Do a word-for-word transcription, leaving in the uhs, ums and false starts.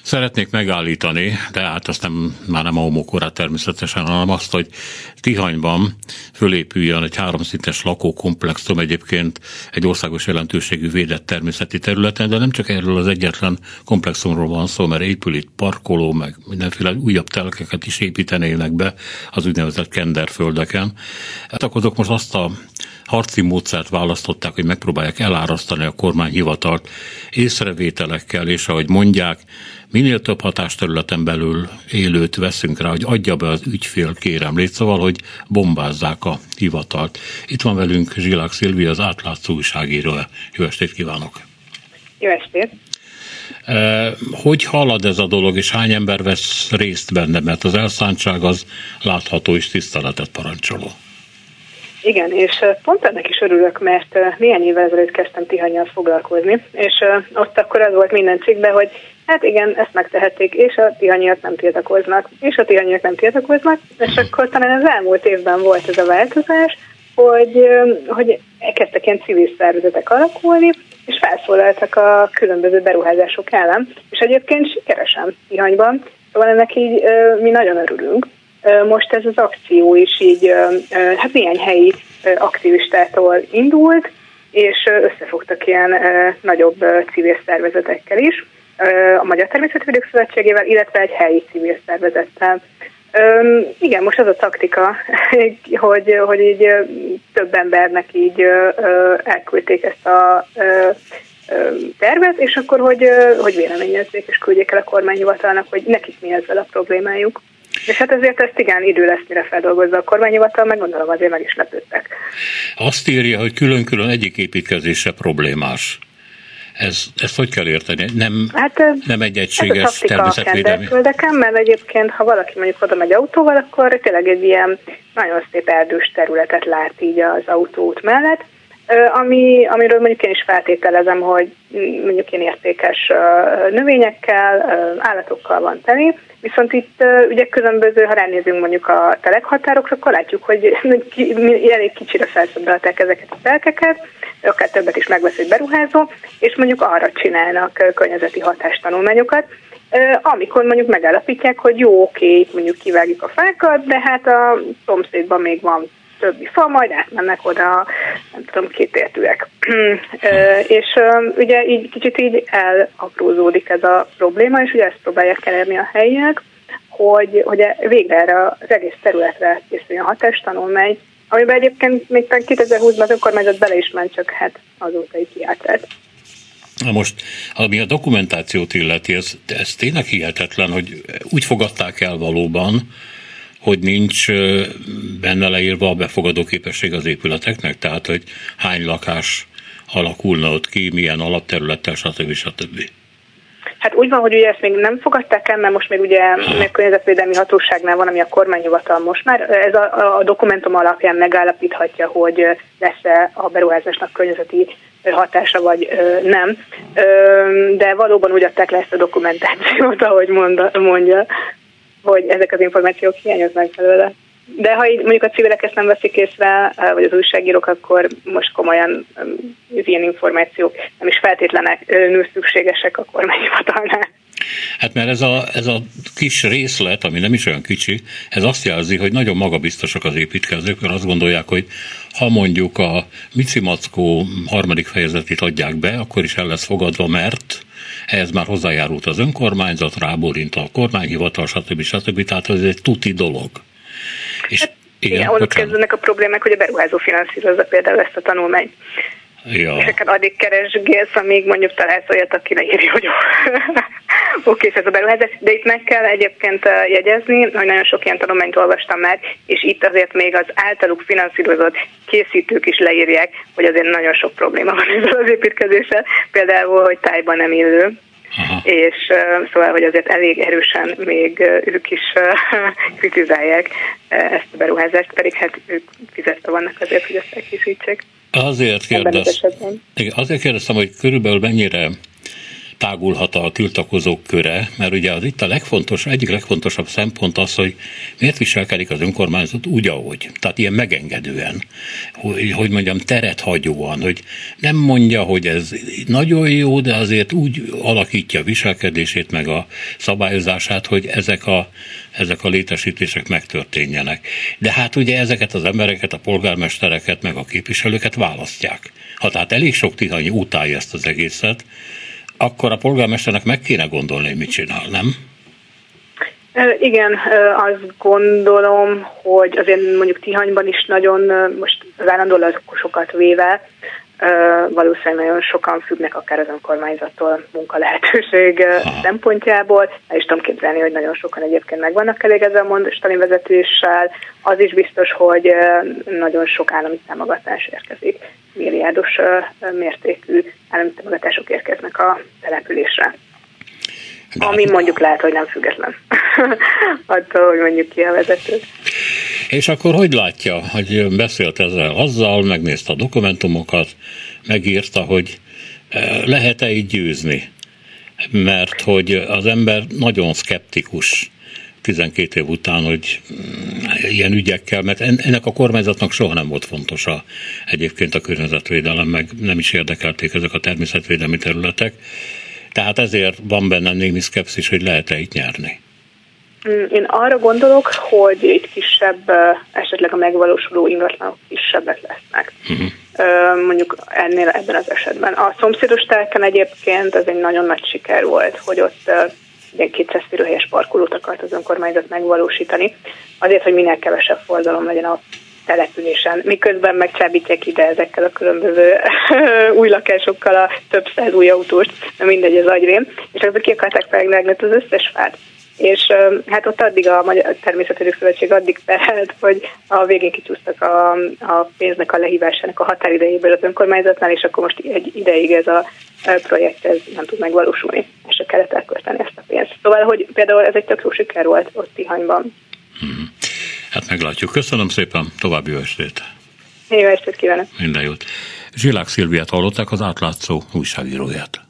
Szeretnék megállítani, de hát azt nem, már nem a homokorát természetesen, hanem azt, hogy Tihanyban fölépüljön egy háromszintes lakókomplexum, egyébként egy országos jelentőségű védett természeti területen, de nem csak erről az egyetlen komplexumról van szó, mert épül itt parkoló, meg mindenféle újabb telkeket is építenének be az úgynevezett kenderföldeken. Hát akkor azok most azt a harci módszert választották, hogy megpróbálják elárasztani a kormányhivatalt észrevételekkel, és ahogy mondják, minél több hatásterületen belül élőt veszünk rá, hogy adja be az ügyfél kéremlét, szóval, hogy bombázzák a hivatalt. Itt van velünk Zsilák Szilvi, az Átlátszó újságíró. Jó estét kívánok! Jó estét! Hogy halad ez a dolog, és hány ember vesz részt benne? Mert az elszántság az látható és tiszteletet parancsoló. Igen, és pont ennek is örülök, mert néhány évvel ezelőtt kezdtem Tihannyal foglalkozni, és ott akkor az volt minden cikkben, hogy hát igen, ezt megtehették, és a tihannyiak nem tiltakoznak, és a tihannyiak nem tiltakoznak, és akkor talán az elmúlt évben volt ez a változás, hogy, hogy elkezdtek ilyen civil szervezetek alakulni, és felszólaltak a különböző beruházások ellen, és egyébként sikeresen Tihanyban, szóval ennek így mi nagyon örülünk. Most ez az akció is így, hát néhány helyi aktivistától indult, és összefogtak ilyen nagyobb civil szervezetekkel is, a Magyar Természetvédők Szövetségével, illetve egy helyi civil szervezettel. Igen, most az a taktika, hogy, hogy így több embernek így elküldték ezt a tervet, és akkor, hogy, hogy véleményezzék, és küldjék el a kormányhivatalnak, hogy nekik mi ezzel a problémájuk. És hát ezért ezt igen, idő lesz, mire feldolgozza a kormányhivatal, meg gondolom azért meg is lepődtek. Azt írja, hogy külön-külön egyik építkezése problémás. Ez, ezt hogy kell érteni? Nem, hát, nem egy egységes természetvédelmi. Földeken, mert egyébként, ha valaki mondjuk oda megy autóval, akkor tényleg egy ilyen nagyon szép erdős területet lát így az autóút mellett, ami, amiről mondjuk én is feltételezem, hogy mondjuk ilyen értékes növényekkel, állatokkal van teli, viszont itt ugye különböző, ha ránézünk mondjuk a telekhatárokra, akkor látjuk, hogy elég kicsire felszabdalták ezeket a telkeket, akár többet is megvesz egy beruházó, és mondjuk arra csinálnak környezeti hatástanulmányokat, amikor mondjuk megállapítják, hogy jó, oké, mondjuk kivágjuk a fákat, de hát a szomszédban még van többi fa, majd átmennek oda, nem tudom, kétértűek. És ugye így kicsit így elaprózódik ez a probléma, és ugye ezt próbálják elérni a helyiek, hogy, hogy végre erre az egész területre készüljön a hatástanulmány, amiben egyébként még kétezer-húszban az önkormányzat bele is ment, csak hát azóta így kiállt. Na most, ami a dokumentációt illeti, ez, ez tényleg hihetetlen, hogy úgy fogadták el valóban, hogy nincs benne leírva a befogadó képesség az épületeknek, tehát hogy hány lakás alakulna ott ki, milyen alapterülettel, stb. stb. Hát úgy van, hogy ugye ezt még nem fogadták el, mert most még ugye a környezetvédelmi hatóságnál van, ami a kormányhivatal most már. Ez a, a dokumentum alapján megállapíthatja, hogy lesz-e a beruházásnak környezeti hatása, vagy ö, nem. Ö, de valóban úgy adták le ezt a dokumentációt, ahogy mond, mondja, hogy ezek az információk hiányoznak belőle. De ha így mondjuk a civilek ezt nem veszik észre, vagy az újságírók, akkor most komolyan az ilyen információk nem is feltétlenül szükségesek a kormányhivatalnál. Hát mert ez a, ez a kis részlet, ami nem is olyan kicsi, ez azt jelzi, hogy nagyon magabiztosak az építkezők, mert azt gondolják, hogy ha mondjuk a Micimackó harmadik fejezetét adják be, akkor is el lesz fogadva, mert ehhez már hozzájárult az önkormányzat, rábólint a kormányhivatal, stb. stb. Tehát ez egy tuti dolog. És hát, igen, igen, ott kezdenek a problémák, hogy a beruházó finanszírozza például ezt a tanulmányt. Ja. És akkor addig keresgélsz, amíg mondjuk találsz olyat, aki leírja, hogy oké, ez a beruházás. De itt meg kell egyébként jegyezni, hogy nagyon sok ilyen tanulmányt olvastam már, és itt azért még az általuk finanszírozott készítők is leírják, hogy azért nagyon sok probléma van ezzel az építkezéssel. Például, hogy tájban nem illő. Aha. És uh, szóval, hogy azért elég erősen még uh, ők is uh, kritizálják uh, ezt a beruházást, pedig hát ők fizetve vannak azért, hogy ezt elkészítsék. Azért, kérdez, azért kérdeztem, hogy körülbelül mennyire tágulhat a tiltakozók köre, mert ugye az itt a legfontosabb, egyik legfontosabb szempont az, hogy miért viselkedik az önkormányzat úgy, ahogy. Tehát ilyen megengedően, hogy, hogy mondjam, teret hagyóan, hogy nem mondja, hogy ez nagyon jó, de azért úgy alakítja a viselkedését meg a szabályozását, hogy ezek a, ezek a létesítések megtörténjenek. De hát ugye ezeket az embereket, a polgármestereket meg a képviselőket választják. Ha tehát elég sok tihanyi utálja ezt az egészet, akkor a polgármesternek meg kéne gondolni, hogy mit csinál, nem? Igen, azt gondolom, hogy azért mondjuk Tihanyban is nagyon, most az állandó lakosokat véve, valószínűleg nagyon sokan függnek akár az önkormányzattól munka lehetőség Aha. szempontjából. El is tudom képzelni, hogy nagyon sokan egyébként meg vannak elégedve a mostani vezetéssel. Az is biztos, hogy nagyon sok állami támogatás érkezik. Milliárdos mértékű állami támogatások érkeznek a településre. De ami hát... mondjuk lehet, hogy nem független attól, hogy mondjuk ki a vezető. És akkor hogy látja, hogy beszélt ezzel azzal, megnézte a dokumentumokat, megírta, hogy lehet-e így győzni? Mert hogy az ember nagyon szkeptikus tizenkét év után, hogy ilyen ügyekkel, mert ennek a kormányzatnak soha nem volt fontos a, egyébként a környezetvédelem, meg nem is érdekelték ezek a természetvédelmi területek. Tehát ezért van bennem némi szkepszis, hogy lehet-e itt nyerni. Én arra gondolok, hogy itt kisebb, esetleg a megvalósuló ingatlanok kisebbek lesznek. Uh-huh. Mondjuk ennél ebben az esetben. A szomszédos telken egyébként ez egy nagyon nagy siker volt, hogy ott ugye kétszáz férőhelyes parkolót akart az önkormányzat megvalósítani, azért, hogy minél kevesebb forgalom legyen a településen, miközben megcsábítják ide ezekkel a különböző új lakásokkal a több száz új autóst, de mindegy, az agyrém, és akkor ki akarták felvágni az összes fát. És hát ott addig a Magyar Természetvédelmi Szövetség addig terelt, hogy a végén kicsúsztak a, a pénznek a lehívásának a határidejéből az önkormányzatnál, és akkor most egy ideig ez a projekt ez nem tud megvalósulni, és se kellett elkölteni ezt a pénzt. Szóval, hogy például ez egy tök jó siker volt ott Tihanyban. Hmm. Hát meglátjuk. Köszönöm szépen, további jó estét. Jó estét kívánok. Minden jót. Zsilák Szilviát hallották, az Átlátszó újságíróját.